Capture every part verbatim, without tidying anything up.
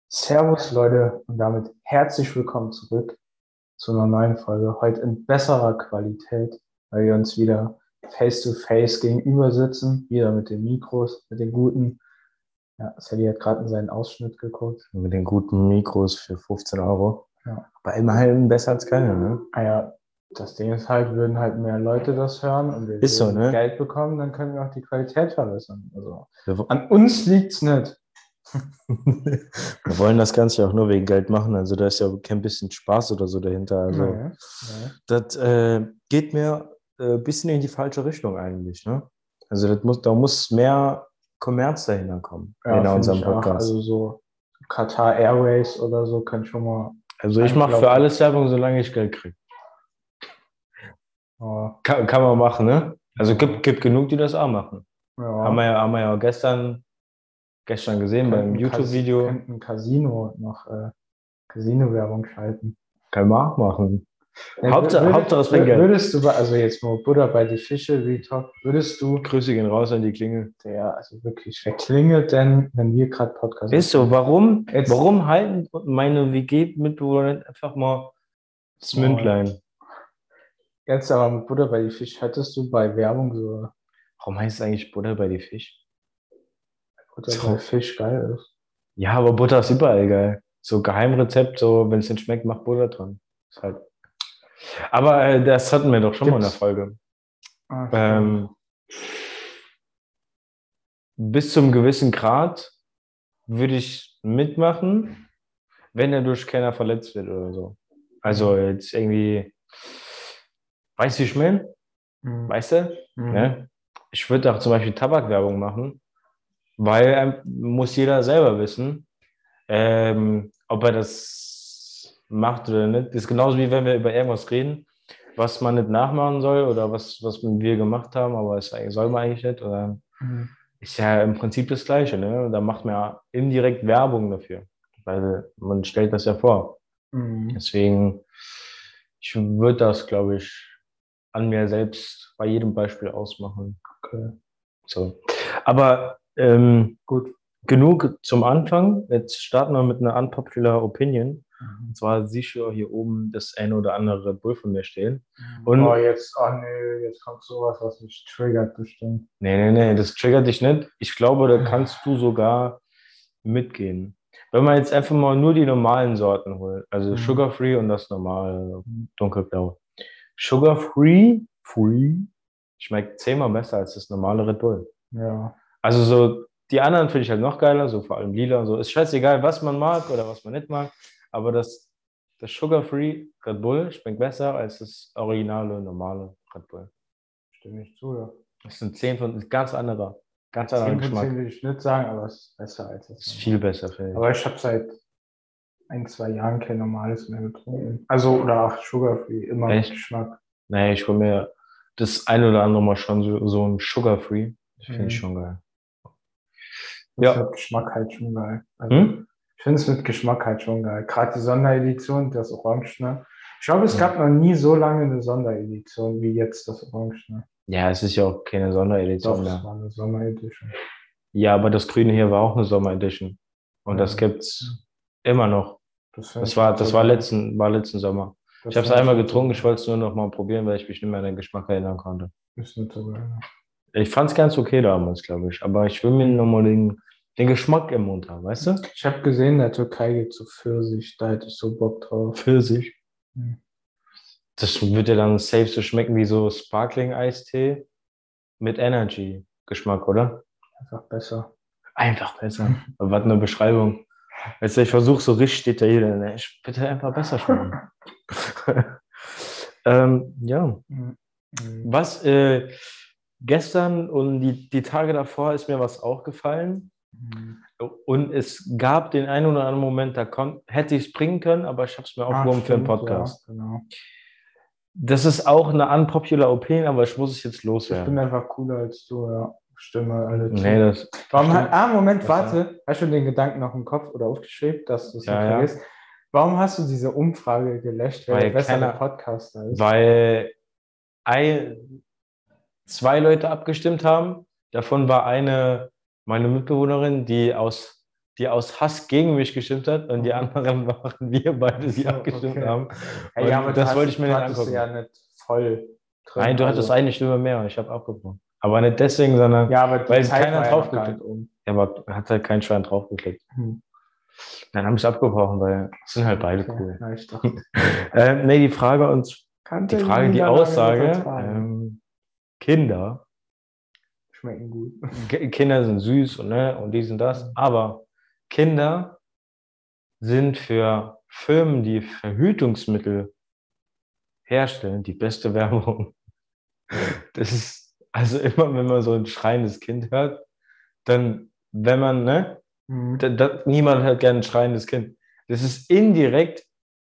Servus Leute und damit herzlich willkommen zurück zu einer neuen Folge. Heute in besserer Qualität, weil wir uns wieder face to face gegenüber sitzen, wieder mit den Mikros, mit den guten. Ja, Sally hat gerade in seinen Ausschnitt geguckt. Mit den guten Mikros für fünfzehn Euro. Ja, Aber immerhin besser als keine, ne? ah ja, das Ding ist halt, würden halt mehr Leute das hören und wir Ist so, würden ne? Geld bekommen, dann können wir auch die Qualität verbessern. Also Wir, wo- an uns liegt's nicht. wir wollen das Ganze ja auch nur wegen Geld machen. Also da ist ja kein bisschen Spaß oder so dahinter. Also Nee, nee. das äh, geht mir ein äh, bisschen in die falsche Richtung eigentlich, ne? Also das muss, da muss mehr Kommerz dahinter kommen, Ja, hinter finde unserem ich auch. Podcast. Also so Qatar Airways oder so kann schon mal Also ich mache für anklopfen. alles Werbung, solange ich Geld kriege. Ja, Kann, kann man machen, ne? Also ja, gibt, gibt genug, die das auch machen. Haben wir ja. ja, haben wir ja gestern, gestern gesehen beim Könnten, Cas YouTube-Video. könnten Casino noch äh, Casino-Werbung schalten. Können wir auch machen. Äh, wür- Hauptsache, würd, Hauptsache es bringt wür- Geld. würdest du, bei- also jetzt nur Butter bei die Fische, Retalk, würdest du, Grüße gehen raus an die Klingel. der, also wirklich, wer klingelt denn, wenn wir gerade Podcast Ist so, aufnehmen? warum, Jetzt, warum halten meine W G-Mitbewohner nicht einfach mal das mal, Mündlein? jetzt aber mit Butter bei die Fische, hättest du bei Werbung so Warum heißt es eigentlich Butter bei die Fisch? Butter bei So. Fisch geil ist? Ja, aber Butter ist überall geil. So Geheimrezept, so wenn es nicht schmeckt, mach Butter dran. Ist halt. Aber äh, das hatten wir doch schon mal in der Gibt's? Folge. Ah, stimmt. Ähm, bis zum gewissen Grad würde ich mitmachen, wenn er durch keiner verletzt wird oder so. Also Mhm. jetzt irgendwie, weißt du, wie ich meine? Mhm. Weißt du? Mhm. Ne? Ich würde auch zum Beispiel Tabakwerbung machen, weil ähm, muss jeder selber wissen, ähm, ob er das macht oder nicht. Das ist genauso wie wenn wir über irgendwas reden, was man nicht nachmachen soll oder was, was wir gemacht haben, aber es soll man eigentlich nicht. Oder Mhm. ist ja im Prinzip das Gleiche, ne? Da macht man ja indirekt Werbung dafür, weil man stellt das ja vor. Mhm. Deswegen, ich würde das, glaube ich, an mir selbst bei jedem Beispiel ausmachen. Okay, So. Aber ähm, gut. genug zum Anfang. Jetzt starten wir mit einer unpopular Opinion. Und Mhm. zwar siehst du ja hier oben das eine oder andere Red Bull von mir stehen. Mhm. Oh, Und jetzt, oh nee, jetzt kommt sowas, was mich triggert, bestimmt. nee, nee, nee, das triggert dich nicht. Ich glaube, da kannst du sogar mitgehen. Wenn man jetzt einfach mal nur die normalen Sorten holt, also Mhm. Sugar-Free und das normale dunkelblau. Sugar-Free, free, schmeckt zehnmal besser als das normale Red Bull. Ja. Also so, die anderen finde ich halt noch geiler, so vor allem lila und so. Ist scheißegal, was man mag oder was man nicht mag, aber das, das Sugar-Free Red Bull schmeckt besser als das originale, normale Red Bull. Stimme ich zu, ja. Das sind zehn von, ist ganz anderer, ganz anderer zehn von zehn Geschmack. will ich nicht sagen, aber es ist besser als das Ist viel normale. besser, finde Aber ich. ich habe seit ein, zwei Jahren kein normales mehr getrunken. Also, oder auch Sugar-Free, immer mit Echt? Geschmack. Nee, ich hole mir das ein oder andere Mal schon so, so ein Sugar-Free. Das finde ich Mhm. schon geil. Das ist Ja. mit Geschmack halt schon geil. Also, Hm? ich finde es mit Geschmack halt schon geil. Gerade die Sonderedition, das Orange, ne? Ich glaube, es gab Ja. noch nie so lange eine Sonderedition wie jetzt das Orange, ne? Ja, es ist ja auch keine Doch, Sonderedition es mehr. war eine Sommeredition. Ja, aber das Grüne hier war auch eine Sommer-Edition. Und das Ja, gibt's immer noch. das finde Das ich war, nicht das so war geil. letzten, war letzten Sommer. Ich Das habe es finde ich einmal nicht so getrunken, ich geil. wollte es nur noch mal probieren, weil ich mich nicht mehr an den Geschmack erinnern konnte. Ist nicht so geil. Ich fand es ganz okay damals, glaube ich. Aber ich will mir noch Ne? mal den, den Geschmack im Mund haben, weißt du? Ich habe gesehen, in der Türkei gibt es so Pfirsich, da hätte ich so Bock drauf. Pfirsich. Hm. Das wird dir dann safe so schmecken wie so Sparkling-Eistee mit Energy-Geschmack, oder? Einfach besser. Einfach besser. Aber was eine Beschreibung. Weißt du, ich versuche so richtig detailliert, ne? Ich bitte einfach besser schmecken. ähm, ja. Hm. Hm. Was äh, gestern und die, die Tage davor ist mir was auch gefallen. Hm. Und es gab den einen oder anderen Moment, da kon hätte ich es bringen können, aber ich habe es mir Ah, aufgehoben für einen stimmt, ja, Podcast. genau. Das ist auch eine unpopular Opinion, aber ich muss es jetzt Ich bin loswerden. einfach cooler als du, ja. Stimme alle Nee, zu. das Warum hat, stimmt. ah, Moment, Was denn? warte. Hast du den Gedanken noch im Kopf oder aufgeschrieben, dass du es Ja, nicht ja. vergisst? Warum hast du diese Umfrage gelöscht, wer der Weil bessere keiner, Podcaster ist? weil ein, zwei Leute abgestimmt haben. Davon war eine meine Mitbewohnerin, die aus die aus Hass gegen mich gestimmt hat und die anderen waren wir beide, die So, abgestimmt okay. haben. Hey, ja, Und aber du das hast, wollte ich mir du nicht hattest sie angucken. ja nicht voll drin. Nein, du hattest also, eine Stimme mehr und ich habe abgebrochen. Aber nicht deswegen, sondern ja, aber die weil Zeit keiner war ja noch gar draufgeklickt nicht um. Ja, aber hat halt kein Schwein draufgeklickt. Hm. Dann habe ich es abgebrochen, weil es sind halt beide Okay. cool. Ja, ich dachte, ähm, nee, die Frage und kannte die Frage, die Niederlage Aussage, vertragen. ähm, Kinder, Schmecken gut. K- Kinder sind süß und, ne, und dies und das, aber Kinder sind für Firmen, die Verhütungsmittel herstellen, die beste Werbung. Das ist, also immer, wenn man so ein schreiendes Kind hört, dann, wenn man, ne, Mhm. da, da, niemand hat gerne ein schreiendes Kind. Das ist indirekt,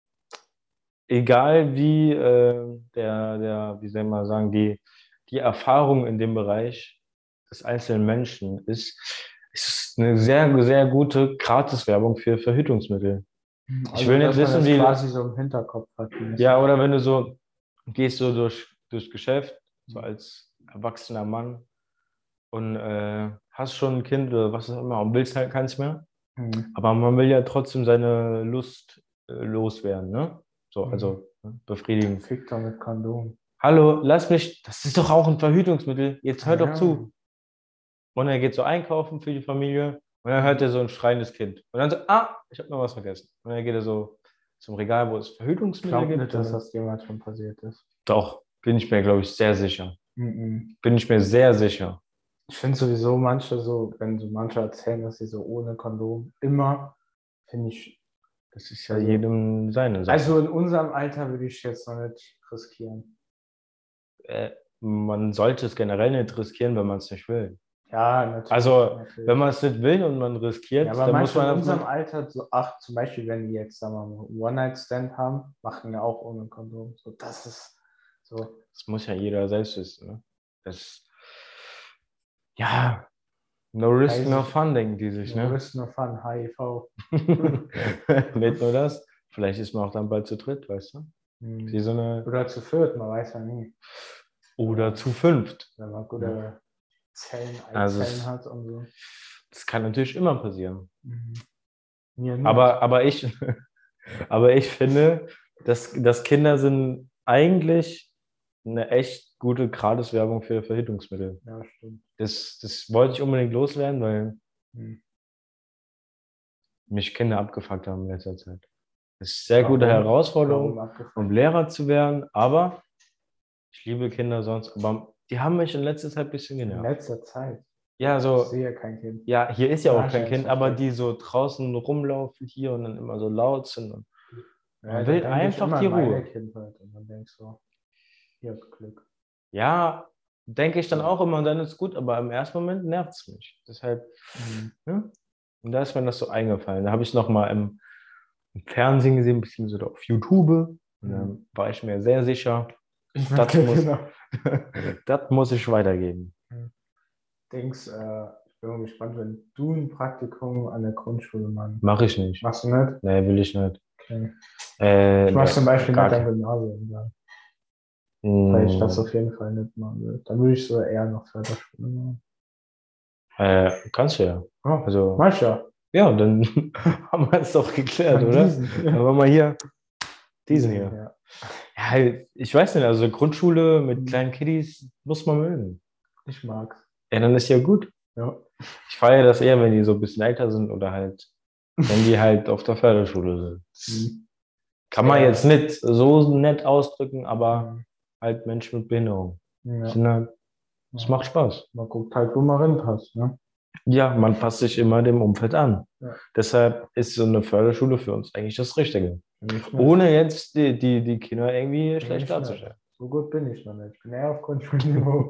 egal wie äh, der, der, wie soll man sagen, die, die Erfahrung in dem Bereich des einzelnen Menschen ist, ist es eine sehr, sehr gute Gratiswerbung für Verhütungsmittel. Ich Also, will dass nicht man wissen, das wie, quasi so im Hinterkopf hat. ja, oder wenn du so gehst so durch, durchs Geschäft, so als erwachsener Mann und äh, hast schon ein Kind oder was auch immer und willst halt keins mehr. Mhm. Aber man will ja trotzdem seine Lust äh, loswerden, ne? So, Mhm. also ne, befriedigen. Fick doch mit Kondom. Hallo, lass mich, das ist doch auch ein Verhütungsmittel. Jetzt hör doch Ja. zu. Und er geht so einkaufen für die Familie und dann hört er so ein schreiendes Kind. Und dann so, ah, ich habe noch was vergessen. Und dann geht er so zum Regal, wo es Ich Verhütungsmittel glaube gibt. nicht, Und dass dann, das jemals schon passiert ist. doch, bin ich mir, glaube ich, sehr sicher. Mhm. Bin ich mir sehr sicher. Ich finde sowieso manche so, wenn so manche erzählen, dass sie so ohne Kondom immer, finde ich, Das ist ja also, jedem seine Sache. also in unserem Alter würde ich jetzt noch nicht riskieren. Äh, man sollte es generell nicht riskieren, wenn man es nicht will. Ja, natürlich. Also, natürlich. wenn man es nicht will und man riskiert, Ja, aber dann muss manche in man unserem einfach. Alter, so, ach, zum Beispiel, wenn die jetzt, sagen wir mal, One-Night-Stand haben, machen ja auch ohne Kondom. So, das ist so. Das muss ja jeder selbst wissen. Ne? Das, ja, no risk, Weiß no ich, fun, denken die sich. no Ne? risk, no fun, H I V. Nicht nur das. Vielleicht ist man auch dann bald zu dritt, weißt du? Hm. Wie so eine, Oder zu viert, man weiß ja nie. oder zu fünft. Wenn man gute Zellen, Also Eizellen es, hat und so. das kann natürlich immer passieren. Mhm. Mir nicht. Aber, aber ich, aber ich finde, dass, dass Kinder sind eigentlich eine echt gute Gratiswerbung für Verhütungsmittel. Ja, stimmt. Das, das wollte ich unbedingt loswerden, weil Hm. mich Kinder abgefuckt haben in letzter Zeit. Das ist eine sehr gute Warum? Herausforderung, Warum abgefuckt? um Lehrer zu werden, aber ich liebe Kinder sonst, aber die haben mich in letzter Zeit ein bisschen In genervt. letzter Zeit. Ja, Ich so, sehe kein Kind. ja, hier ist ja auch kein Kind, aber Wahrscheinlich. die so draußen rumlaufen hier und dann immer so laut sind. Und Ja, man da will denke ich einfach immer die an meine Ruhe. Kindheit und dann denke ich so, hier Glück. Ja, denke ich dann auch immer und dann ist gut, aber im ersten Moment nervt es mich. Deshalb, Mhm. ja. Und da ist mir das so eingefallen. Da habe ich es nochmal im, im Fernsehen gesehen, beziehungsweise auf YouTube. Und dann war ich mir sehr sicher, Ich das merke, muss, genau. das muss ich weitergeben. Dings, äh, ich bin mal gespannt, wenn du ein Praktikum an der Grundschule machst. Mache ich nicht. Machst du nicht? Nee, will ich nicht. Okay. Äh, Ich mach zum nee, Beispiel gar nicht am kein- Gymnasium, ja, weil ich das Hm, auf jeden Fall nicht machen will. Dann würde ich so eher noch Förderschule machen. äh, kannst du ja. Oh, Also, mach ich ja. ja, dann haben wir es doch geklärt, An oder? diesen. Dann machen wir hier diesen Diesen, hier. ja. Ja, ich weiß nicht, also Grundschule mit Mhm. kleinen Kiddies muss man mögen. Ich mag's. Ja, dann ist ja gut. Ja. Ich feiere das eher, wenn die so ein bisschen älter sind oder halt, wenn die halt auf der Förderschule sind. Mhm. Kann man Ja. jetzt nicht so nett ausdrücken, aber Mhm. halt Menschen mit Behinderung. Ja. Sind halt, es Ja. macht Spaß. Man guckt halt, wo man reinpasst, ne? Ja, man passt sich immer dem Umfeld an. Ja. Deshalb ist so eine Förderschule für uns eigentlich das Richtige. Bin ich nicht. Ohne jetzt die, die, die Kinder irgendwie Bin schlecht ich darzustellen. nicht. So gut bin ich noch nicht. Ich bin eher auf Grundschulniveau.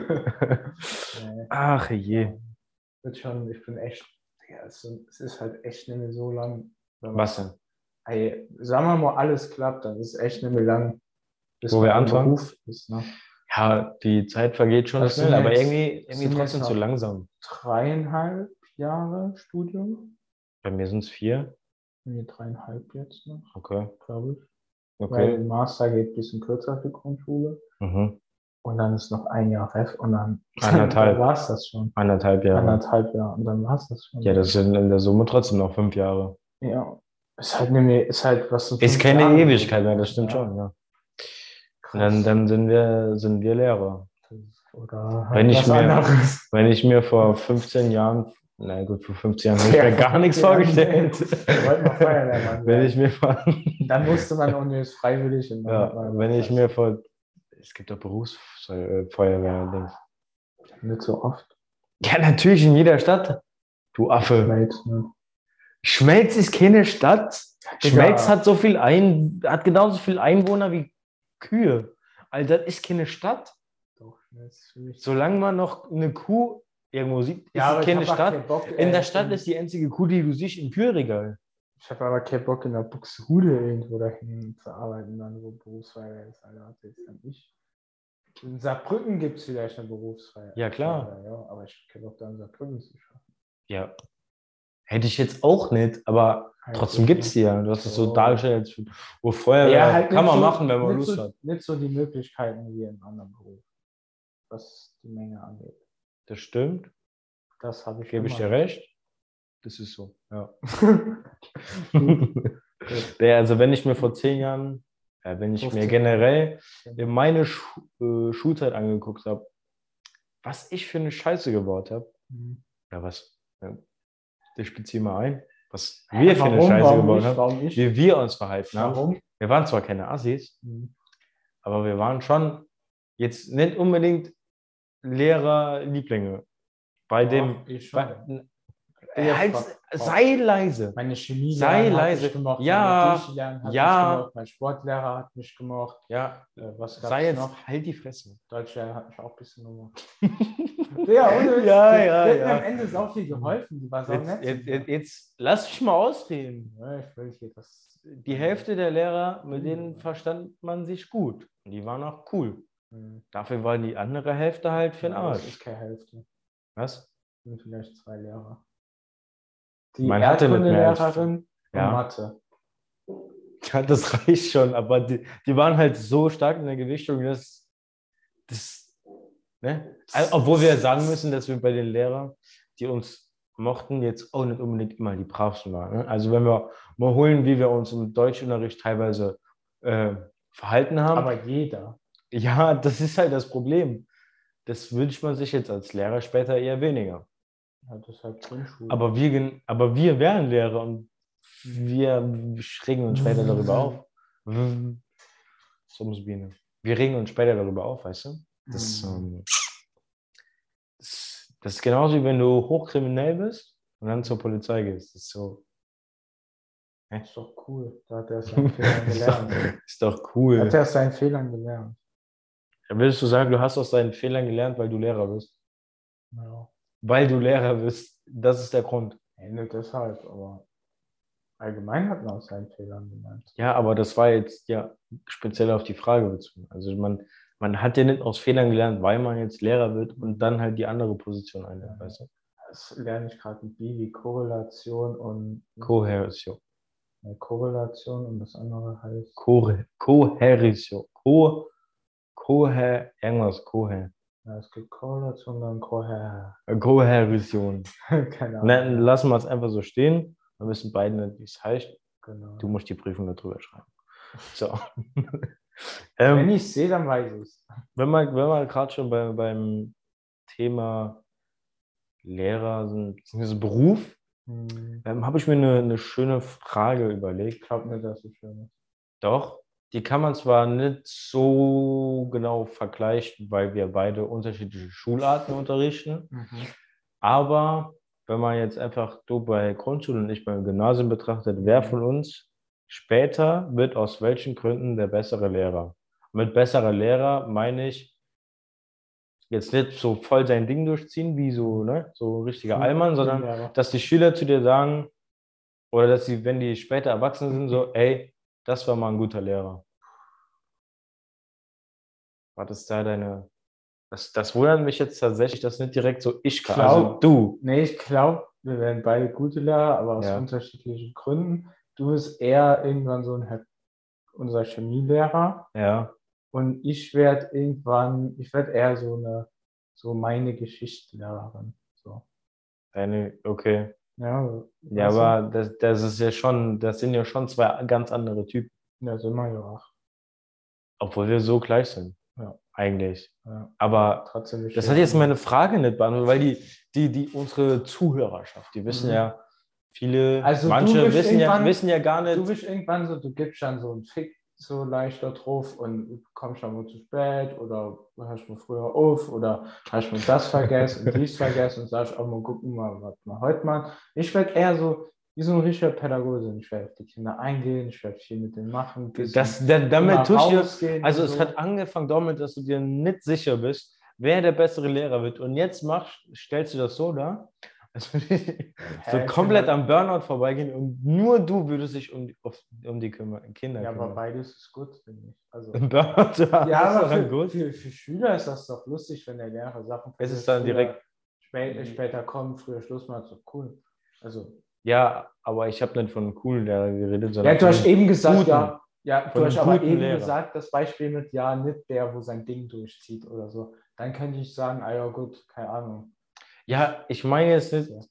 Nee. Ach je. Wird schon, ich bin echt, ja, es, sind- es ist halt echt nicht mehr so lang. Wenn man, Was denn? ey, sagen wir mal, alles klappt, dann ist es echt nicht mehr lang, bis Wo man wir im anfangen? Beruf ist. Ne? Ja, die Zeit vergeht schon Das schnell, sind aber jetzt- irgendwie, das irgendwie sind trotzdem jetzt zu noch- langsam. Dreieinhalb Jahre Studium. Bei mir sind es vier. Nee, dreieinhalb jetzt noch, Okay, glaube ich. Weil okay. ein Master geht ein bisschen kürzer für Grundschule. Mhm. Und dann ist noch ein Jahr Ref und dann, Anderthalb. dann war es das schon. Anderthalb Jahre. Anderthalb Jahre und dann war es das schon. Ja, das sind in der Summe trotzdem noch fünf Jahre. Ja. Ist halt, ne, ist halt was so Ist fünf keine Jahre Ewigkeit so. mehr, das stimmt Ja. schon, ja. Und Krass. dann, dann sind wir, sind wir Lehrer. Oder Wenn halt ich was mir- anderes. Wenn ich mir vor fünfzehn Jahren, na gut, vor fünfzehn Jahren habe ich Ja, mir gar nichts ja, vorgestellt. Wir wollten mal Feuerwehrmann Wenn werden. ich mir vor, Dann musste man Unis freiwillig und dann ja, hat man wenn was ich mir vor, es gibt doch Berufsfeuerwehr-Dings. nicht so oft. Ja, natürlich in jeder Stadt. Du Affe. Schmelz, ne? Schmelz ist keine Stadt. Digga. Schmelz hat so viel ein, hat genauso viel Einwohner wie Kühe. Alter, das ist keine Stadt. Doch, Schmelz ist für mich. Solange man noch eine Kuh irgendwo sieht, ist Ja, aber es ich keine hab auch Stadt. keinen Bock, In äh, der Stadt in- ist die einzige Kuh, die du siehst, im Kühlregal. Ich habe aber keinen Bock in der Buxtehude irgendwo dahin zu arbeiten, dann wo Berufsfeuerwehr ist. Alter, das ist dann ich. In Saarbrücken gibt es vielleicht eine Berufsfeuerwehr. Ja, klar. Ja, aber ich habe keinen Bock, da in Saarbrücken zu schaffen. Ja. Hätte ich jetzt auch nicht, aber trotzdem gibt es die ja. Du hast es so Oh. dargestellt, als wo Feuerwehr halt kann nicht man so- machen, wenn man nicht Lust so, hat. Nicht so die Möglichkeiten wie in anderen Berufen, was die Menge angeht. Das stimmt, Das habe ich gebe ich dir immer. recht. Das ist so, ja. Ja, also wenn ich mir vor zehn Jahren, ja, wenn ich mir fünfzehn generell in meine Schu äh, Schulzeit angeguckt habe, was ich für eine Scheiße gebaut habe, Mhm. ja was, ja, ich beziehe mal ein, was wir für eine Warum? Scheiße Warum gebaut ich? haben, Warum ich? wie wir uns verhalten haben. Warum? Wir waren zwar keine Assis, Mhm. aber wir waren schon jetzt nicht unbedingt Lehrer-Lieblinge. Bei Doch, dem, ich schon. bei, Ja, halt, Frau- sei leise. Meine Chemie Sei hat leise. mich gemocht, Ja, meine Lernen hat ja. mich gemocht, mein Sportlehrer hat mich gemocht. Ja, Äh, was gab's sei jetzt, noch? halt die Fresse. Deutschlehrer hat mich auch ein bisschen gemocht. Ja, ohne Witz, Ja, die- ja, die hat ja. mir am Ende sau viel geholfen. Die war sau Jetzt, nett. jetzt, zu mir. jetzt, jetzt lass mich mal ausreden. Ja, ich will hier das. Die Hälfte der Lehrer, mit denen verstand man sich gut. Und die waren auch cool. Hm. Dafür war die andere Hälfte halt für den Ja, das Arsch. ist keine Hälfte. Was? Sind vielleicht zwei Lehrer. Die Man hatte nicht mehr als- Erdkundelehrerin und Ja. Mathe. Ja, das reicht schon, aber die, die waren halt so stark in der Gewichtung, dass das, ne? Also, obwohl wir sagen müssen, dass wir bei den Lehrern, die uns mochten, jetzt auch nicht unbedingt immer die bravsten waren. Ne? Also wenn wir mal holen, wie wir uns im Deutschunterricht teilweise äh, verhalten haben, Aber jeder. ja, das ist halt das Problem. Das wünscht man sich jetzt als Lehrer später eher weniger. Ja, das ist halt Grundschule. Aber wir, gen- aber wir wären Lehrer und wir regen uns später darüber auf. So muss Biene. Wir regen uns später darüber auf, weißt du? Das, Mhm. ähm, das, das ist genauso wie wenn du hochkriminell bist und dann zur Polizei gehst. Das ist so. ist doch cool. Da hat er aus seinen Fehlern ist, doch, gelernt. ist doch Da cool. hat er aus seinen Fehlern gelernt. Dann würdest du sagen, du hast aus deinen Fehlern gelernt, weil du Lehrer bist. Ja. Weil du Lehrer bist. Das ist der Grund. Nee, nicht deshalb, aber allgemein hat man aus seinen Fehlern gelernt. Ja, aber das war jetzt ja speziell auf die Frage bezogen. Also man, man hat ja nicht aus Fehlern gelernt, weil man jetzt Lehrer wird und dann halt die andere Position einnimmt, weißt du? Das lerne ich gerade mit B wie Korrelation und Kohäsion. äh, Korrelation und das andere heißt. Kohä- Kohäsion. Ko, Kohä, irgendwas, Kohä. Ja, es gibt Korrelation, dann Kohä. Kohäsion. Keine Ahnung. Ne, lassen wir es einfach so stehen. Wir wissen beide nicht, wie es heißt. Genau. Du musst die Prüfung darüber schreiben. So. Wenn ähm, ich es sehe, dann weiß ich es. wenn wir, wenn wir gerade schon bei, beim Thema Lehrer sind, beziehungsweise Beruf, Hm. ähm, habe ich mir eine, eine schöne Frage überlegt. Glaub mir, dass es schön ist. Doch, die kann man zwar nicht so genau vergleichen, weil wir beide unterschiedliche Schularten unterrichten, aber wenn man jetzt einfach du bei Grundschule und ich beim Gymnasium betrachtet, wer von uns später wird aus welchen Gründen der bessere Lehrer? Mit besserer Lehrer meine ich jetzt nicht so voll sein Ding durchziehen, wie so, ne, so richtiger Allmann, sondern Ja, dass die Schüler zu dir sagen, oder dass sie, wenn die später erwachsen sind, so, ey, das war mal ein guter Lehrer. War das da deine... Das, das wundert mich jetzt tatsächlich, dass nicht direkt so ich kann. Glaub- Also du. nee, ich glaube, wir werden beide gute Lehrer, aber aus Ja. unterschiedlichen Gründen. Du bist eher irgendwann so ein Herr, unser Chemielehrer. Ja. Und ich werde irgendwann, ich werde eher so eine, so meine Geschichtslehrerin. So. Eine, okay. Ja, Ja, weißt du? aber das, das ist ja schon, das sind ja schon zwei ganz andere Typen, Ja, sind wir ja auch. obwohl wir so gleich sind, Ja, eigentlich. ja. Aber Aber trotzdem ist das viel hat jetzt meine anders. Frage nicht beantwortet, weil die, die, die, unsere Zuhörerschaft, die wissen Mhm. ja, viele, Also du manche bist wissen ja, irgendwann, wissen ja gar du nicht, bist irgendwann so, du gibst dann so einen Fick so leichter drauf und kommst dann mal zu spät oder hast mal früher auf oder hast mal das vergessen und dies vergessen und sagst auch mal gucken mal, was wir heute machen. Ich werde eher so wie so ein richtiger Pädagoge sein. Ich werde auf die Kinder eingehen, ich werde viel mit denen machen, ein bisschen dass, da- immer damit tust du, rausgehen also und es hat so. angefangen damit, dass du dir nicht sicher bist, wer der bessere Lehrer wird. Und jetzt machst, stellst du das so dar, als würde ich so Hä, ich finde komplett das, am Burnout vorbeigehen und nur du würdest dich um die, auf, um die Kümmer, Kinder ja, aber kümmern. beides ist gut, finde ich. Also, Im Burnout zu haben, ja, ist aber daran für, gut. für, für Schüler ist das doch lustig, wenn der Lehrer Sachen Es ist vergisst, dann früher direkt, spät, später kommt, früher Schluss macht, so cool. Also, ja, aber ich habe nicht von einem coolen Lehrer geredet, ja, sondern du von hast einem eben gesagt, guten, ja, ja, von du hast einem aber guten eben Lehrer. gesagt, das Beispiel mit, ja, nicht der, wo sein Ding durchzieht oder so. Dann könnte ich sagen, ah ja, gut, keine Ahnung. Ja, ich meine jetzt nicht, So.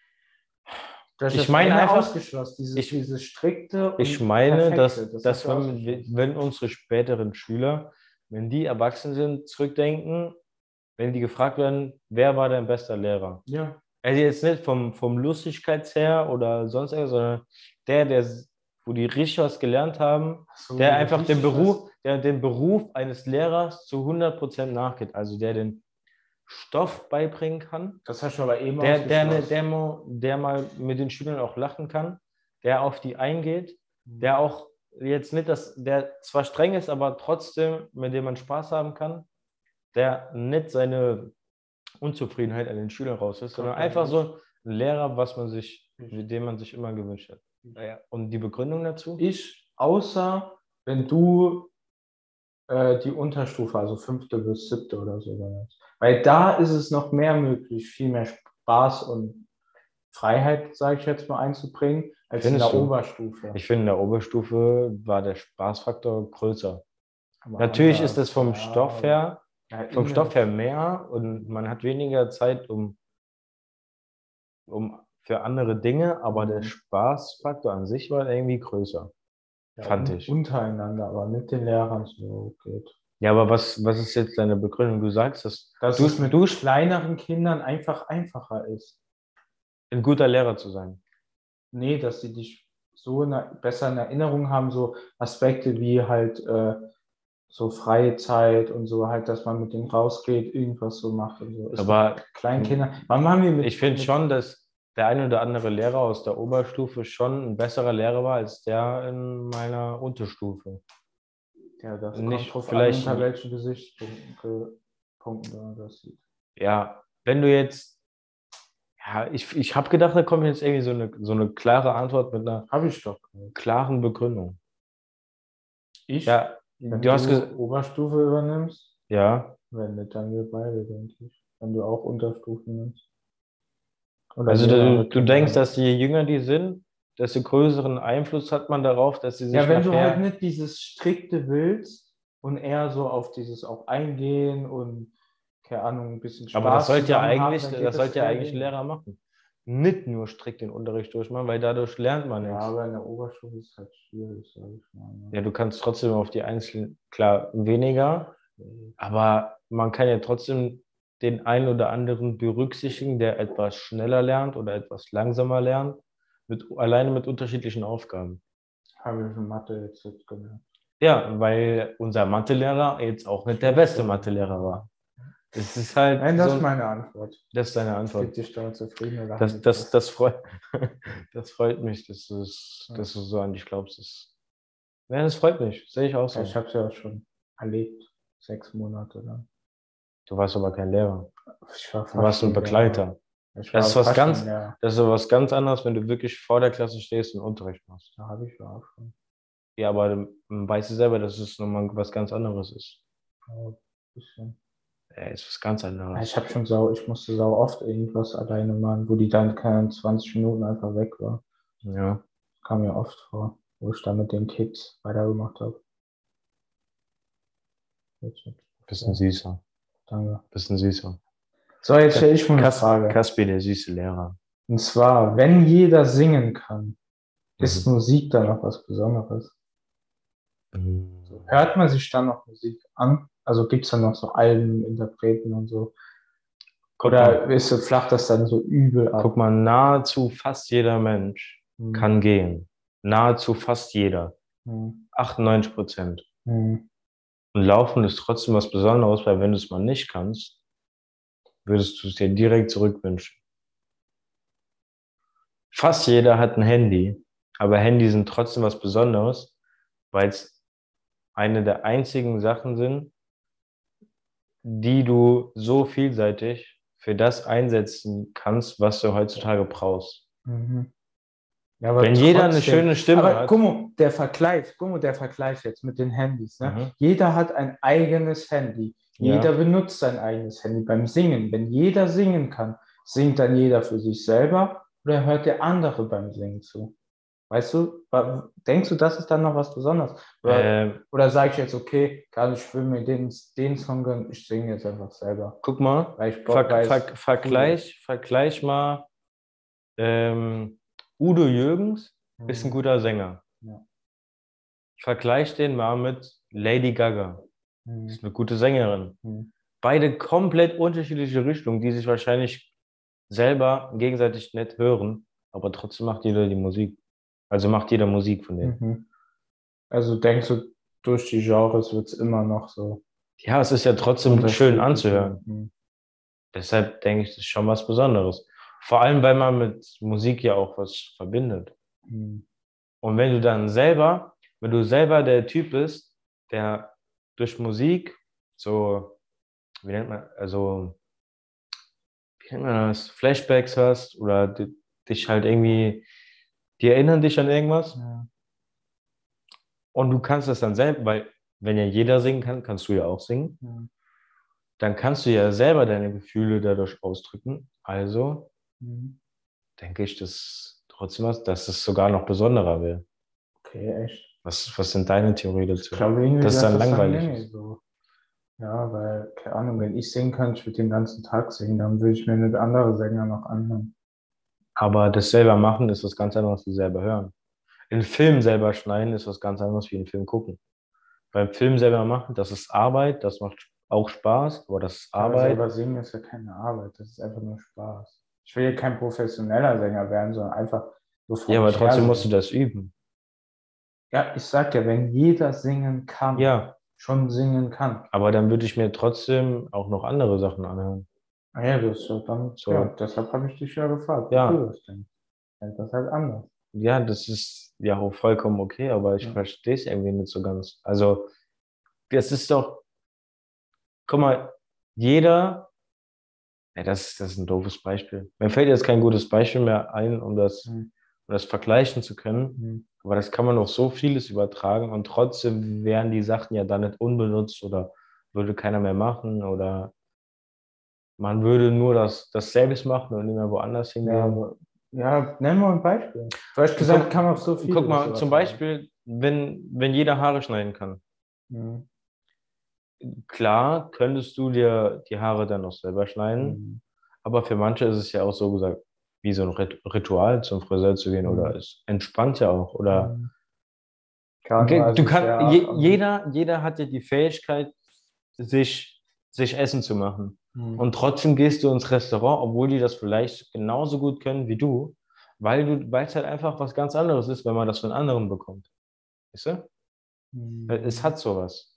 Du hast ich das meine eine einfach, ausgeschlossen, dieses, ich, dieses strikte Ich und meine, perfekte, dass, das hast dass du wenn, ausgeschlossen. wenn unsere späteren Schüler, wenn die erwachsen sind, zurückdenken, wenn die gefragt werden, wer war dein bester Lehrer? Ja. Also jetzt nicht vom, vom Lustigkeitsher oder sonst irgendwas, sondern der, der, wo die richtig was gelernt haben, Ach so, der wo du einfach den richtig was. Beruf, der den Beruf eines Lehrers zu hundert Prozent nachgeht. Also der den Stoff beibringen kann, Das hast du aber eben der, der, ne- der, ausgeschlossen. mal, der mal mit den Schülern auch lachen kann, der auf die eingeht, Mhm. der auch jetzt nicht, das, der zwar streng ist, aber trotzdem, mit dem man Spaß haben kann, der nicht seine Unzufriedenheit an den Schülern raus ist, sondern Total einfach nicht. so ein Lehrer, was man sich, Ich, mit dem man sich immer gewünscht hat. Ja, und die Begründung dazu? ich, außer wenn du äh, die Unterstufe, also fünfte bis siebte oder so benutzt. Weil da ist es noch mehr möglich, viel mehr Spaß und Freiheit, sage ich jetzt mal, einzubringen, als in Findest der du? Oberstufe. Ich finde, in der Oberstufe war der Spaßfaktor größer. Aber Natürlich ist es anders, vom Stoff ja. her, Ja, vom Stoff her Inhalt. mehr und man hat weniger Zeit, um um, für andere Dinge, aber der Mhm. Spaßfaktor an sich war irgendwie größer, Ja, fand un ich. untereinander, aber mit den Lehrern so geht. Ja, aber was, was ist jetzt deine Begründung? Du sagst, dass Dass du, es mit du kleineren Kindern einfach einfacher ist. ein guter Lehrer zu sein. Nee, dass sie dich so in, besser in Erinnerung haben, so Aspekte wie halt äh, so freie Zeit und so halt, dass man mit denen rausgeht, irgendwas so macht und so. Ist mit Aber kleinen hm, Kindern. Wann haben wir ich mit, finde mit schon, dass der eine oder andere Lehrer aus der Oberstufe schon ein besserer Lehrer war als der in meiner Unterstufe. ja, das kommt Nicht drauf an, vielleicht, unter welchen Gesichtspunkten Ge- Punkten man das sieht. ja, wenn du jetzt, ja, ich, ich habe gedacht, da kommt jetzt irgendwie so eine, so eine klare Antwort mit einer Habe ich doch gehört. klaren Begründung. Ich, Ja, wenn du hast du gesagt, Oberstufe übernimmst, ja. wenn nicht, dann wir beide, denke ich. Wenn du auch Unterstufen nimmst. Oder Also mehrere du, du Kinder denkst, hast. dass je jünger die sind, desto größeren Einfluss hat man darauf, dass sie Ja, sich wenn du halt nachher. nicht dieses strikte willst und eher so auf dieses auch eingehen und, keine Ahnung, ein bisschen Aber das Spaß sollte ja zusammen haben, eigentlich, dann geht das das sollte ja eher eigentlich ein weniger. Lehrer machen. Nicht nur strikt den Unterricht durchmachen, weil dadurch lernt man Ja, nichts. aber in der Oberstufe ist es halt schwierig, sag ich mal. Ne? Ja, du kannst trotzdem auf die Einzelnen, klar, weniger, aber man kann ja trotzdem den einen oder anderen berücksichtigen, der etwas schneller lernt oder etwas langsamer lernt, mit, alleine mit unterschiedlichen Aufgaben. Habe ich in Mathe jetzt, jetzt gemerkt. Ja, weil unser Mathelehrer jetzt auch nicht der Schlecht beste war. Mathelehrer war. Es ist halt Nein, so das ist ein, meine Antwort. das ist deine Gibt Antwort. dich da zufrieden oder Das, habe ich das, das? das freut, das freut mich, dass du, es, Ja. dass du so an dich glaubst. Das, ja, das freut mich. Sehe ich auch Ja, ich so. habe es ja auch schon erlebt. Sechs Monate lang. Du warst aber kein Lehrer. Ich war Du warst ein Fasching-Lehrer. Begleiter. Ich Das war ist was ganz, Fasching-Lehrer. das ist was ganz anderes, wenn du wirklich vor der Klasse stehst und Unterricht machst. Da habe ich ja auch schon. Ja, aber du weißt du selber, dass es nochmal was ganz anderes ist. Ja, ein bisschen. Ja, ist was ganz Ja, ich anderes. habe schon sau, ich musste sau oft irgendwas alleine machen, wo die dann keine zwanzig Minuten einfach weg war. Ja. Kam mir oft vor, wo ich da mit den Kids weitergemacht habe. Bisschen süßer. Danke. Bisschen süßer. So, jetzt stelle ich mal eine Kas Frage. Kaspi, der süße Lehrer. Und zwar, wenn jeder singen kann, ist Mhm. Musik dann noch was Besonderes? Mhm. So, hört man sich dann noch Musik an? Also gibt es dann noch so Alben, Interpreten und so? Guck mal, Oder ist so flach das dann so übel ab? guck mal, nahezu fast jeder Mensch Hm, kann gehen. Nahezu fast jeder. hm, achtundneunzig Prozent. hm, Und Laufen ist trotzdem was Besonderes, weil wenn du es mal nicht kannst, würdest du es dir direkt zurückwünschen. Fast jeder hat ein Handy, aber Handys sind trotzdem was Besonderes, weil es eine der einzigen Sachen sind, die du so vielseitig für das einsetzen kannst, was du heutzutage brauchst. mhm. Ja, aber Wenn jeder eine trotzdem. schöne Stimme Aber guck hat, mal, der Vergleich, guck mal, der Vergleich jetzt mit den Handys, ne? mhm, Jeder hat ein eigenes Handy. Jeder ja, benutzt sein eigenes Handy beim Singen. Wenn jeder singen kann, singt dann jeder für sich selber oder hört der andere beim Singen zu? Weißt du, wa- denkst du, das ist dann noch was Besonderes? Oder, ähm, oder sage ich jetzt, okay, gar nicht, ich will mir den, den Song gönnen, ich singe jetzt einfach selber. guck mal, Weil ich Bock, ver weil ver es cool ist. vergleich, vergleich mal, ähm, Udo Jürgens ist ein Hm, guter Sänger. ja. Vergleich den mal mit Lady Gaga. Hm, Ist eine gute Sängerin. hm, Beide komplett unterschiedliche Richtungen, die sich wahrscheinlich selber gegenseitig nicht hören, aber trotzdem macht jeder die Musik. Also macht jeder Musik von denen. mhm. Also denkst du, durch die Genres wird es immer noch so Ja, es ist ja trotzdem schön unterschiedliche. anzuhören. Hm, Deshalb denke ich, das ist schon was Besonderes. Vor allem, weil man mit Musik ja auch was verbindet. hm, Und wenn du dann selber, wenn du selber der Typ bist, der durch Musik so, wie nennt man, also, wie nennt man das, Flashbacks hast oder di- dich halt irgendwie, die erinnern dich an irgendwas ja, und du kannst das dann selber, weil wenn ja jeder singen kann, kannst du ja auch singen, hm, dann kannst du ja selber deine Gefühle dadurch ausdrücken. Also hm. denke ich, dass trotzdem was, dass es sogar noch besonderer wäre. Okay, echt. Was, was sind deine Theorie Ich dazu? glaube irgendwie, Dass es dass dann das dann langweilig irgendwie ist. so. Ja, weil, keine Ahnung, wenn ich singen könnte, ich würde den ganzen Tag singen, dann würde ich mir nicht andere Sänger noch anhören. Aber das selber machen ist was ganz anderes wie selber hören. In Film selber schneiden ist was ganz anderes wie in Film gucken. Beim Film selber machen, das ist Arbeit, das macht auch Spaß, aber das ist Ja, aber Arbeit. selber singen ist ja keine Arbeit, das ist einfach nur Spaß. Ich will ja kein professioneller Sänger werden, sondern einfach so vor Ja, aber mich her trotzdem musst du singen. das üben. Ja, ich sag ja, wenn jeder singen kann, Ja, schon singen kann. aber dann würde ich mir trotzdem auch noch andere Sachen anhören. Ah ja, das ist ja dann, ja, So, deshalb habe ich dich ja gefragt, wie du ja, das denkst. Ich denk das halt anders. ja, das ist ja auch vollkommen okay, aber ich Ja. verstehe es irgendwie nicht so ganz. Also, das ist doch, guck mal, jeder, ja, das, das ist ein doofes Beispiel. Mir fällt jetzt kein gutes Beispiel mehr ein, um das, Hm, um das vergleichen zu können. hm. Aber das kann man auf so vieles übertragen und trotzdem wären die Sachen ja dann nicht unbenutzt oder würde keiner mehr machen oder man würde nur das, das selbst machen und nicht mehr woanders Ja, hingehen. aber, ja, nenn mal ein Beispiel. Du hast gesagt, kann Guck, man auf so guck vieles mal, zum übertragen. Beispiel, wenn, wenn jeder Haare schneiden kann. Hm, Klar, könntest du dir die Haare dann noch selber schneiden, hm, aber für manche ist es ja auch so gesagt, wie so ein Rit- Ritual zum Friseur zu gehen oder hm, es entspannt ja auch oder hm. Klar, nur ge- du also kannst, schwer. je, Also, jeder, jeder hat ja die Fähigkeit, sich, sich Essen zu machen. hm, Und trotzdem gehst du ins Restaurant, obwohl die das vielleicht genauso gut können wie du, weil du, weil es halt einfach was ganz anderes ist, wenn man das von anderen bekommt. Weißt du? Weil es hm, hat sowas.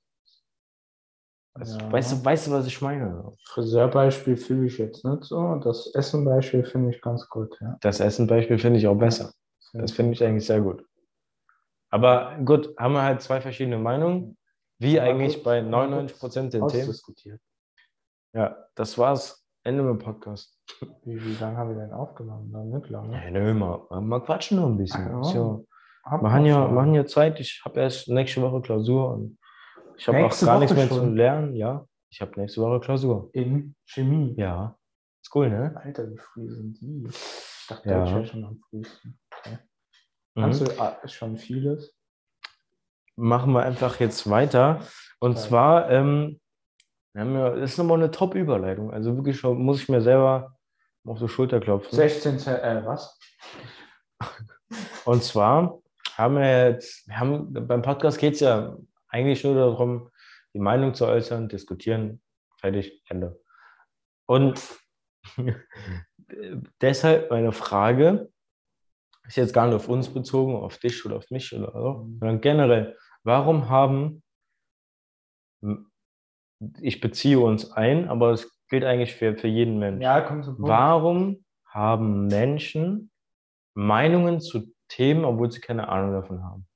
Also, weißt ja. du, weißt du, was ich meine? Friseurbeispiel fühle ich jetzt nicht so. Das Essenbeispiel finde ich ganz gut, ja. Das Essen-Beispiel finde ich auch Ja, besser. das finde Das ich finde auch ich gut. eigentlich sehr gut. Aber gut, haben wir halt zwei verschiedene Meinungen, wie Haben wir eigentlich gut, bei haben wir gut neunundneunzig Prozent der Themen. ausdiskutiert. Ja, das war's. Ende mit dem Podcast. Wie, wie lange haben wir denn aufgenommen? Noch nicht lange. Ja, nö, mal, mal quatschen noch ein bisschen. Ist Ja, ja, hab machen noch ja, machen Fragen. ja Zeit. Ich habe erst nächste Woche Klausur und ich habe auch Nächste gar nichts Woche mehr zu schon lernen. Ja, ich habe nächste Woche Klausur. in Chemie. Ja, ist cool, ne? Alter, wie früh sind die? Ich dachte, Deutsch wäre Ja. schon am frühesten. Okay. Kannst Mhm. du ah, schon vieles? machen wir einfach jetzt weiter. Und Ja. zwar, ähm, wir haben ja, das ist nochmal eine Top-Überleitung. Also wirklich schon, muss ich mir selber auf die Schulter klopfen. sechzehn, äh, was? Und zwar haben wir jetzt, wir haben, beim Podcast geht es ja eigentlich nur darum, die Meinung zu äußern, diskutieren, fertig, Ende. Und deshalb meine Frage, ist jetzt gar nicht auf uns bezogen, auf dich oder auf mich oder so, sondern generell, warum haben, ich beziehe uns ein, aber es gilt eigentlich für, für jeden Mensch. Ja, komm zum Punkt. Warum haben Menschen Meinungen zu Themen, obwohl sie keine Ahnung davon haben?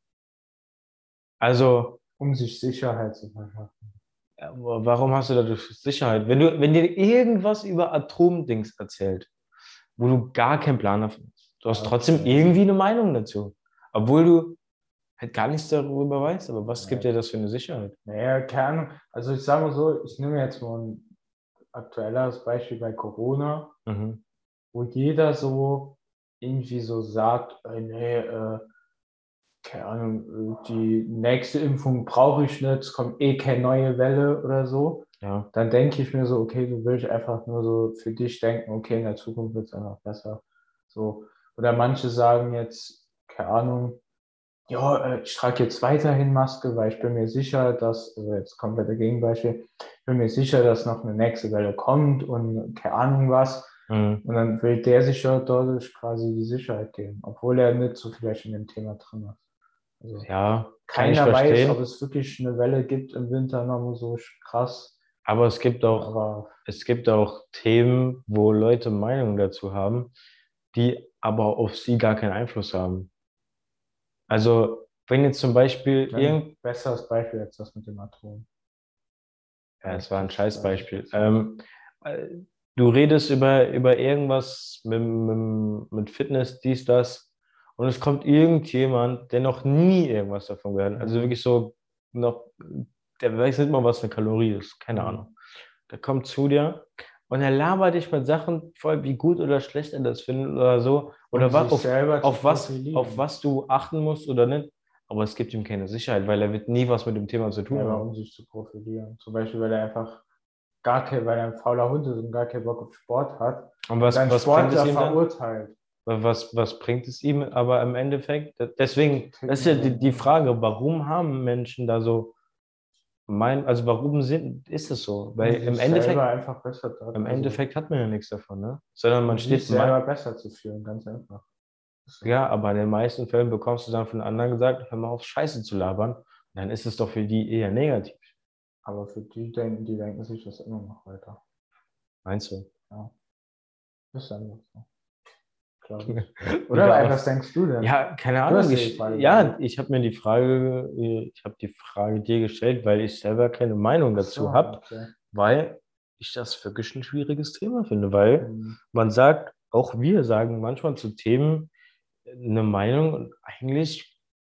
Also, Um sich Sicherheit zu verschaffen. aber warum hast du dadurch Sicherheit? Wenn du, wenn dir irgendwas über Atomdings erzählt, wo du gar keinen Plan davon hast, du hast Okay. trotzdem irgendwie eine Meinung dazu, obwohl du halt gar nichts darüber weißt, aber was gibt dir das für eine Sicherheit? Naja, keine Ahnung. Also ich sage mal so, ich nehme jetzt mal ein aktuelleres Beispiel bei Corona, Mhm. wo jeder so irgendwie so sagt, äh, nee, äh, keine Ahnung, äh, die nächste Impfung brauche ich nicht, es kommt eh keine neue Welle oder so. Ja. Dann denke ich mir so, okay, du willst einfach nur so für dich denken, okay, in der Zukunft wird es einfach besser. So. Oder manche sagen jetzt, keine Ahnung, ja, äh, ich trage jetzt weiterhin Maske, weil ich bin mir sicher, dass, also jetzt komplett Gegenbeispiel, ich bin mir sicher, dass noch eine nächste Welle kommt und keine Ahnung was. Mhm. Und dann will der sich ja dadurch quasi die Sicherheit geben, obwohl er nicht so vielleicht in dem Thema drin ist. Also Ja, kann ich keiner weiß, ob verstehen. es wirklich eine Welle gibt im Winter nochmal so krass. Aber es gibt auch, Aber es gibt auch Themen, wo Leute Meinungen dazu haben, die aber auf sie gar keinen Einfluss haben. Also, wenn jetzt zum Beispiel ein irgend, besseres Beispiel als das mit dem Atom. ja, Ja, es war ein das weiß ich Scheißbeispiel. jetzt nicht. Ähm, äh, du redest über, über irgendwas mit, mit, mit Fitness, dies, das, und es kommt irgendjemand, der noch nie irgendwas davon gehört hat. Also Mhm. wirklich so noch, der weiß nicht mal, was eine Kalorie ist. Keine Mhm. Ahnung. Der kommt zu dir und er labert dich mit Sachen voll, wie gut oder schlecht er das findet oder so. Um Oder wa sich auf, selber zu auf was, auf profilieren. was du achten musst oder nicht. Aber es gibt ihm keine Sicherheit, weil er wird nie was mit dem Thema zu tun Selber, haben. um sich zu profilieren. Zum Beispiel, weil er einfach gar kein, weil er ein fauler Hund ist und gar keinen Bock auf Sport hat Und und was, dann was bringt es Sportler ihm dann? verurteilt. Was, was bringt es ihm aber im Endeffekt? Deswegen, Kriegt das ist man ja so die, die einen- Frage, warum haben Menschen da so mein, also warum sind, ist es so? um Weil im sich selber Endeffekt, einfach besser, im also Endeffekt hat man ja nichts davon, ne? Sondern man um sich steht, mei- selber besser zu fühlen, ganz einfach. So. ja, aber in den meisten Fällen bekommst du dann von anderen gesagt, hör mal auf, Scheiße zu labern. Und dann ist es doch für die eher negativ. Aber für die denken, die denken sich das immer noch weiter. Meinst du? Ja, ist einfach so, glaube ich. Oder Wieder was aus. denkst du denn? Ja, keine Du Ahnung. hast dir die Ich, Frage gestellt. ja, ich habe mir die Frage, äh, ich habe die Frage dir gestellt, weil ich selber keine Meinung Ach so, dazu habe, okay. weil ich das wirklich ein schwieriges Thema finde, weil Hm. man sagt, auch wir sagen manchmal zu Themen eine Meinung und eigentlich,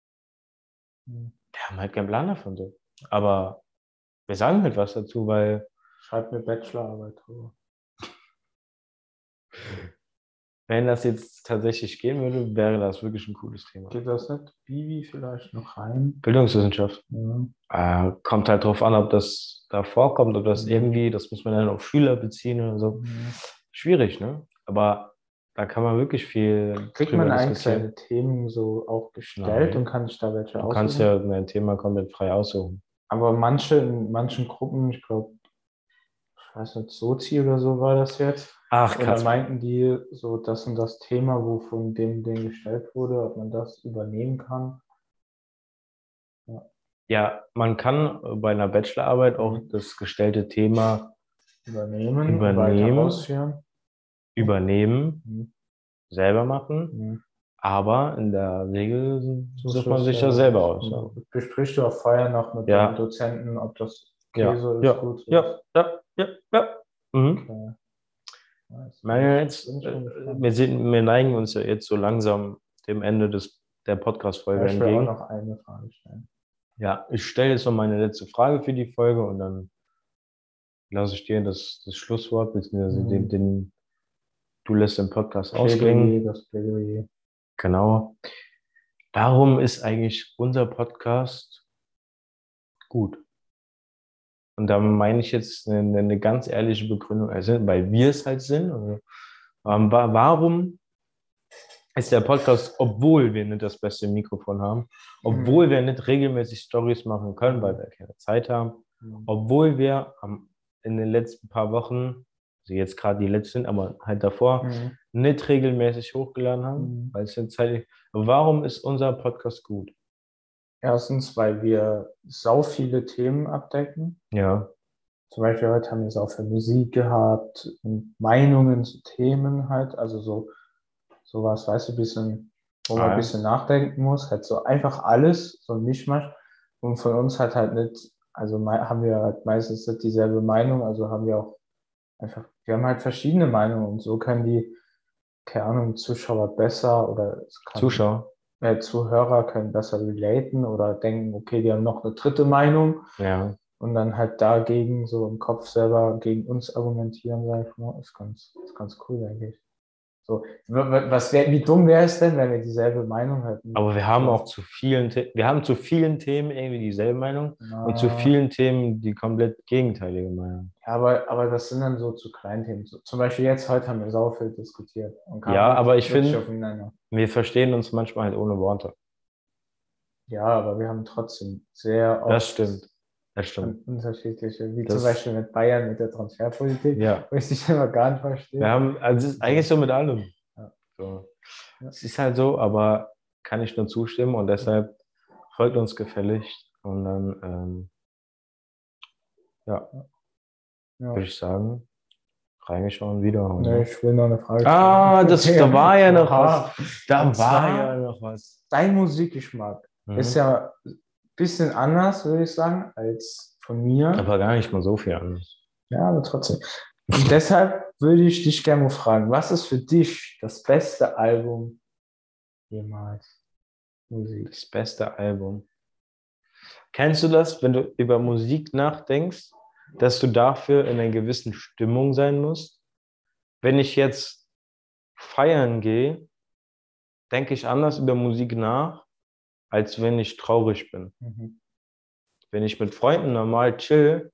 Hm. wir haben halt keinen Plan davon so. Aber wir sagen halt was dazu, weil Schreib eine Bachelorarbeit drüber. wenn das jetzt tatsächlich gehen würde, wäre das wirklich ein cooles Thema. Geht das nicht? Bibi vielleicht noch rein? Bildungswissenschaft. Ja. Äh, kommt halt drauf an, ob das da vorkommt, ob das Mhm. irgendwie, das muss man dann auf Schüler beziehen oder so. Ja. Schwierig, ne? Aber da kann man wirklich viel Kriegt drüber man eigentlich diskutieren. seine Themen so auch gestellt und Nein, kann sich da welche du kannst aussuchen? ja ein Thema komplett frei aussuchen. Aber manche, in manchen Gruppen, ich glaube, ich weiß nicht, Sozi oder so war das jetzt. Ach, Und da Kasper. meinten die so, das und das Thema, wo von dem, dem gestellt wurde, ob man das übernehmen kann. Ja. Ja, man kann bei einer Bachelorarbeit auch Mhm. das gestellte Thema Übernehmen und weiter übernehmen, ausführen. übernehmen, Mhm. selber machen. Mhm. Aber in der Regel Das musst sucht du man sich das selber selber wissen. aus. Ja, Und besprichst du auch vorher noch mit deinem ja, Dozenten, ob das okay ja, so ist, ja, gut so ja, ist. ja, ja. Ja. Mhm. Okay. Nice. Bin Meine ich, bin jetzt, ich äh, mal gespannt. wir sind, wir neigen uns ja jetzt so langsam dem Ende des, der Ja, Podcast-Folge ich will auch entgegen. noch eine Frage stellen. Ja, ich stelle jetzt noch meine letzte Frage für die Folge und dann lasse ich dir das, das Schlusswort, beziehungsweise den, Mhm. den, du lässt den Podcast Plädoyer, ausklingen. das Plädoyer. Genau. Warum ist eigentlich unser Podcast gut. Und da meine ich jetzt eine, eine ganz ehrliche Begründung, also weil wir es halt sind. Also, ähm, wa- warum ist der Podcast, obwohl wir nicht das beste Mikrofon haben, obwohl Mhm. wir nicht regelmäßig Stories machen können, weil Mhm. wir keine Zeit haben, Mhm. obwohl wir am, in den letzten paar Wochen, also jetzt gerade die letzten, aber halt davor, Mhm. nicht regelmäßig hochgeladen haben, Mhm. weil es jetzt zeitlich. Warum ist unser Podcast gut? Erstens, weil wir sau viele Themen abdecken. Ja, Zum Beispiel heute haben wir sau viel Musik gehabt und Meinungen zu Themen halt, also so sowas, weißt du, bisschen, wo man ein ah, bisschen nachdenken muss, halt so einfach alles, so ein Mischmasch. Und von uns hat halt nicht, also mei- haben wir halt meistens nicht dieselbe Meinung, also haben wir auch einfach, wir haben halt verschiedene Meinungen und so können die, keine Ahnung, Zuschauer besser oder es kann, Zuschauer. äh, Zuhörer können besser relaten oder denken, okay, die haben noch eine dritte Meinung Ja. und dann halt dagegen so im Kopf selber gegen uns argumentieren, sag ich mal, ist ganz, ist ganz cool, denke ich. So, w- w- was wär, wie dumm wäre es denn, wenn wir dieselbe Meinung hätten? Aber wir haben auch So, zu vielen, The wir haben zu vielen Themen irgendwie dieselbe Meinung und zu na, vielen Themen die komplett gegenteilige Meinung. ja, aber, aber das sind dann so zu Kleinthemen. So, zum Beispiel jetzt, heute haben wir sau viel diskutiert und kamen Ja, aber wirklich, ich wirklich finde, aufeinander. wir verstehen uns manchmal halt ohne Worte. Ja, aber wir haben trotzdem sehr Das oft stimmt. Das an stimmt. unterschiedliche, wie zum Das, Beispiel mit Bayern, mit der Transferpolitik, ja. wo ich dich immer gar nicht Wir verstehe. haben, also es ist eigentlich So, so mit allem. ja, So. ja, Es ist halt so, aber kann ich nur zustimmen und deshalb folgt uns gefälligst. Und dann, ähm, ja, ja. würde ich sagen, reingeschaut wiederhauen. Ne, Ne? ich will noch eine Frage stellen. Ah, das, da Digga, war ja noch was. oha. Und Da war ja zwar, noch was. dein Musikgeschmack ist Mhm. ja ein bisschen anders, würde ich sagen, als von mir. Aber gar nicht mal so viel anders. Ja, aber trotzdem. Und deshalb würde ich dich gerne mal fragen, was ist für dich das beste Album jemals? Musik. Das beste Album. Kennst du das, wenn du über Musik nachdenkst, dass du dafür in einer gewissen Stimmung sein musst? Wenn ich jetzt feiern gehe, denke ich anders über Musik nach, als wenn ich traurig bin. Mhm. Wenn ich mit Freunden normal chill,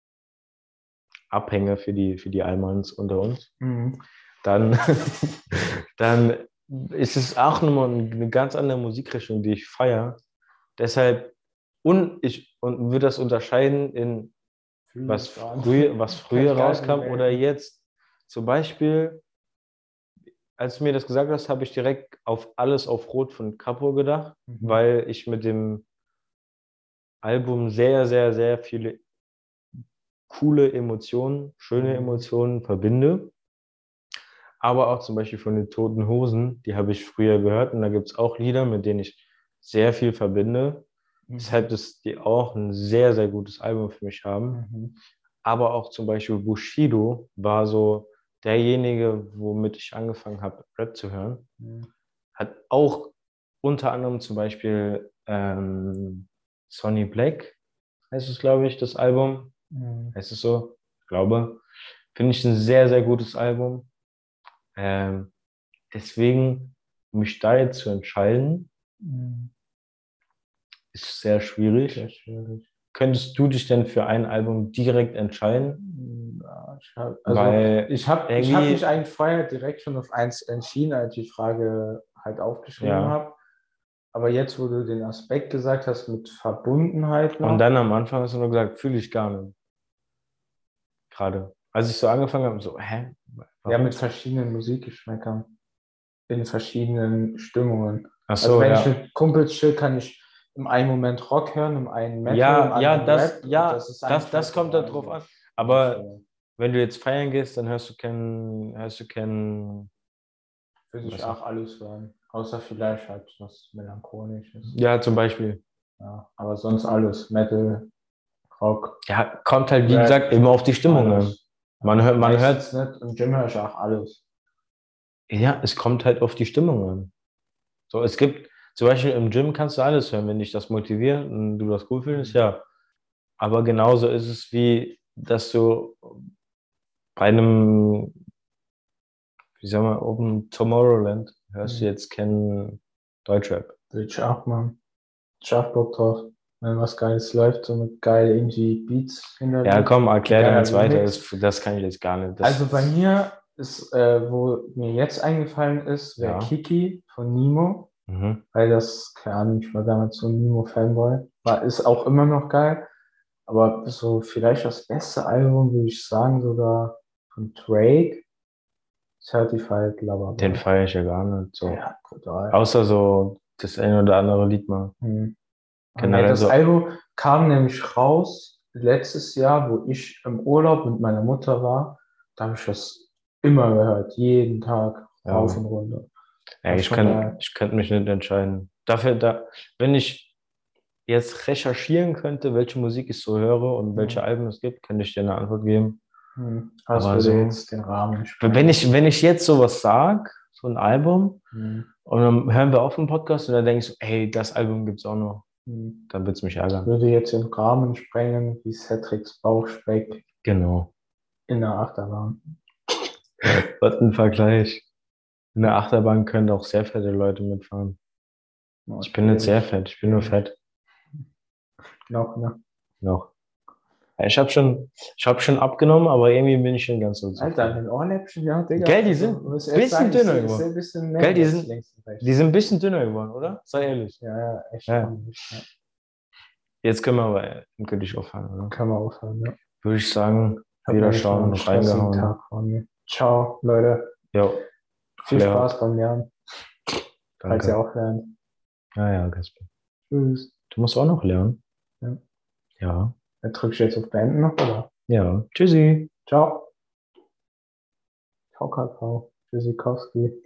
abhänge für die, für die Allmanns unter uns, Mhm. dann, dann ist es auch nochmal eine ganz andere Musikrichtung, die ich feiere. Deshalb, und ich und würde das unterscheiden in Fühle was ich gar nicht. früher, was Kann früher ich gar nicht rauskam oder relaten. jetzt. Zum Beispiel, als du mir das gesagt hast, habe ich direkt auf Alles auf Rot von Capo gedacht, Mhm. weil ich mit dem Album sehr, sehr, sehr viele coole Emotionen, schöne Mhm. Emotionen verbinde. Aber auch zum Beispiel von den Toten Hosen, die habe ich früher gehört und da gibt es auch Lieder, mit denen ich sehr viel verbinde. Deshalb, Mhm. dass die auch ein sehr, sehr gutes Album für mich haben. Mhm. Aber auch zum Beispiel Bushido war so derjenige, womit ich angefangen habe, Rap zu hören. Mhm. Hat auch unter anderem zum Beispiel ähm, Sonny Black, heißt es, glaube ich, das Album. Mhm. Heißt es so? Ich glaube. Finde ich ein sehr, sehr gutes Album. Ähm, deswegen, mich da jetzt zu entscheiden, Mhm. ist sehr Sehr schwierig. schwierig. Könntest du dich denn für ein Album direkt entscheiden? Ja, ich hab, also Weil ich habe ich hab mich irgendwie, eigentlich vorher direkt schon auf eins entschieden, als ich die Frage halt aufgeschrieben ja. habe. Aber jetzt, wo du den Aspekt gesagt hast mit Verbundenheit Und noch, dann am Anfang hast du nur gesagt, fühle ich gar nicht. Gerade. Als ich so angefangen habe, so, hä? ja, mit Warum? verschiedenen Musikgeschmäckern, in verschiedenen Stimmungen. Ach Also so, wenn ich ja. mit Kumpels chill, kann ich im einen Moment Rock hören, im einen Metal, im Ja, ja, anderen das, Rap. Und ja, das ist das, eigentlich das halt kommt da egal. drauf So. an. Und Aber so wenn du jetzt feiern gehst, dann hörst du keinen, hörst du keinen, würde ich was auch alles hören. Außer vielleicht halt was Melancholisches. ja, zum Beispiel. Ja, aber sonst alles. Metal, Rock, Ja, kommt halt, wie gesagt, Rap, immer auf die Stimmung an. alles. Man Ja, hört, man meistens hört, nicht. Im Gym höre ich auch alles. ja, es kommt halt auf die Stimmung an. So, es gibt, zum Beispiel im Gym kannst du alles hören, wenn dich das motiviert und du das cool findest, Mhm. ja. Aber genauso ist es wie, dass du bei einem, wie sagen wir, Open Tomorrowland hörst du Mhm. jetzt keinen Deutschrap. Will ich auch, Mann. Ich hab Bock drauf. wenn was Geiles läuft, so mit geil irgendwie Beats hinterlegt. Ja, komm, erklär dann Geiler jetzt weiter. Remix. Das, das kann ich jetzt gar nicht. Das, Also bei mir ist, äh, wo mir jetzt eingefallen ist, wäre Ja. Kiki von Nemo, Mhm. weil das, keine Ahnung, ich war damals so ein Nemo-Fanboy, war, ist auch immer noch geil, aber so vielleicht das beste Album, würde ich sagen, sogar von Drake, Certified Lover Den Boy. feiere ich ja gar nicht. So. Ja, brutal. Außer so das ein oder andere Lied mal. Hm. Und Generell ja, das so. Album kam nämlich raus letztes Jahr, wo ich im Urlaub mit meiner Mutter war. Da habe ich das immer gehört, jeden Tag Ja. rauf und runter. Ja, War ich schon kann, geil. ich könnte mich nicht entscheiden. Dafür, da, wenn ich jetzt recherchieren könnte, welche Musik ich so höre und welche Hm. Alben es gibt, könnte ich dir eine Antwort geben. Hm. Aber es Aber würde so, jetzt den Rahmen wenn sprengen. ich, wenn ich jetzt sowas sag, so ein Album, Hm. und dann hören wir auf den Podcast und dann denke ich so, hey, das Album gibt's auch noch, Hm. dann wird's mich Es ärgern. würde jetzt den Rahmen sprengen, wie Cedrics Bauchspeck Genau. in der Achterbahn. Was ein Vergleich. In der Achterbahn können auch sehr fette Leute mitfahren. Ich bin nicht sehr fett, ich bin nur fett. Noch, ne? Noch. Ja, Ich habe schon, ich hab schon abgenommen, aber irgendwie bin ich schon ganz so Alter, an zufrieden. den Ohrläppchen, ja, Digga. Gell, die Also, sind muss ein echt bisschen sagen, ich dünner sehe- ich sehe geworden. ein bisschen mehr Gell, die als sind, links und rechts. die sind ein bisschen dünner geworden, oder? Sei ehrlich. Ja, ja, echt Ja. ordentlich. Ja. Jetzt können wir aber endgültig aufhören, oder? Können wir aufhören, ja. Würde ich sagen, Hab wieder nämlich noch schauen, einen stressigen reingehauen. Tag vor mir. Ciao, Leute. Jo, Viel Flair. Spaß beim Lernen, falls ihr Danke. auch lernt. Ja, ja, Kasper. Tschüss. Du musst auch noch lernen. Ja. Ja. Dann drücke ich jetzt auf Beenden noch, oder? Ja. Tschüssi. Ciao. Ciao, Kakao. Tschüssikowski.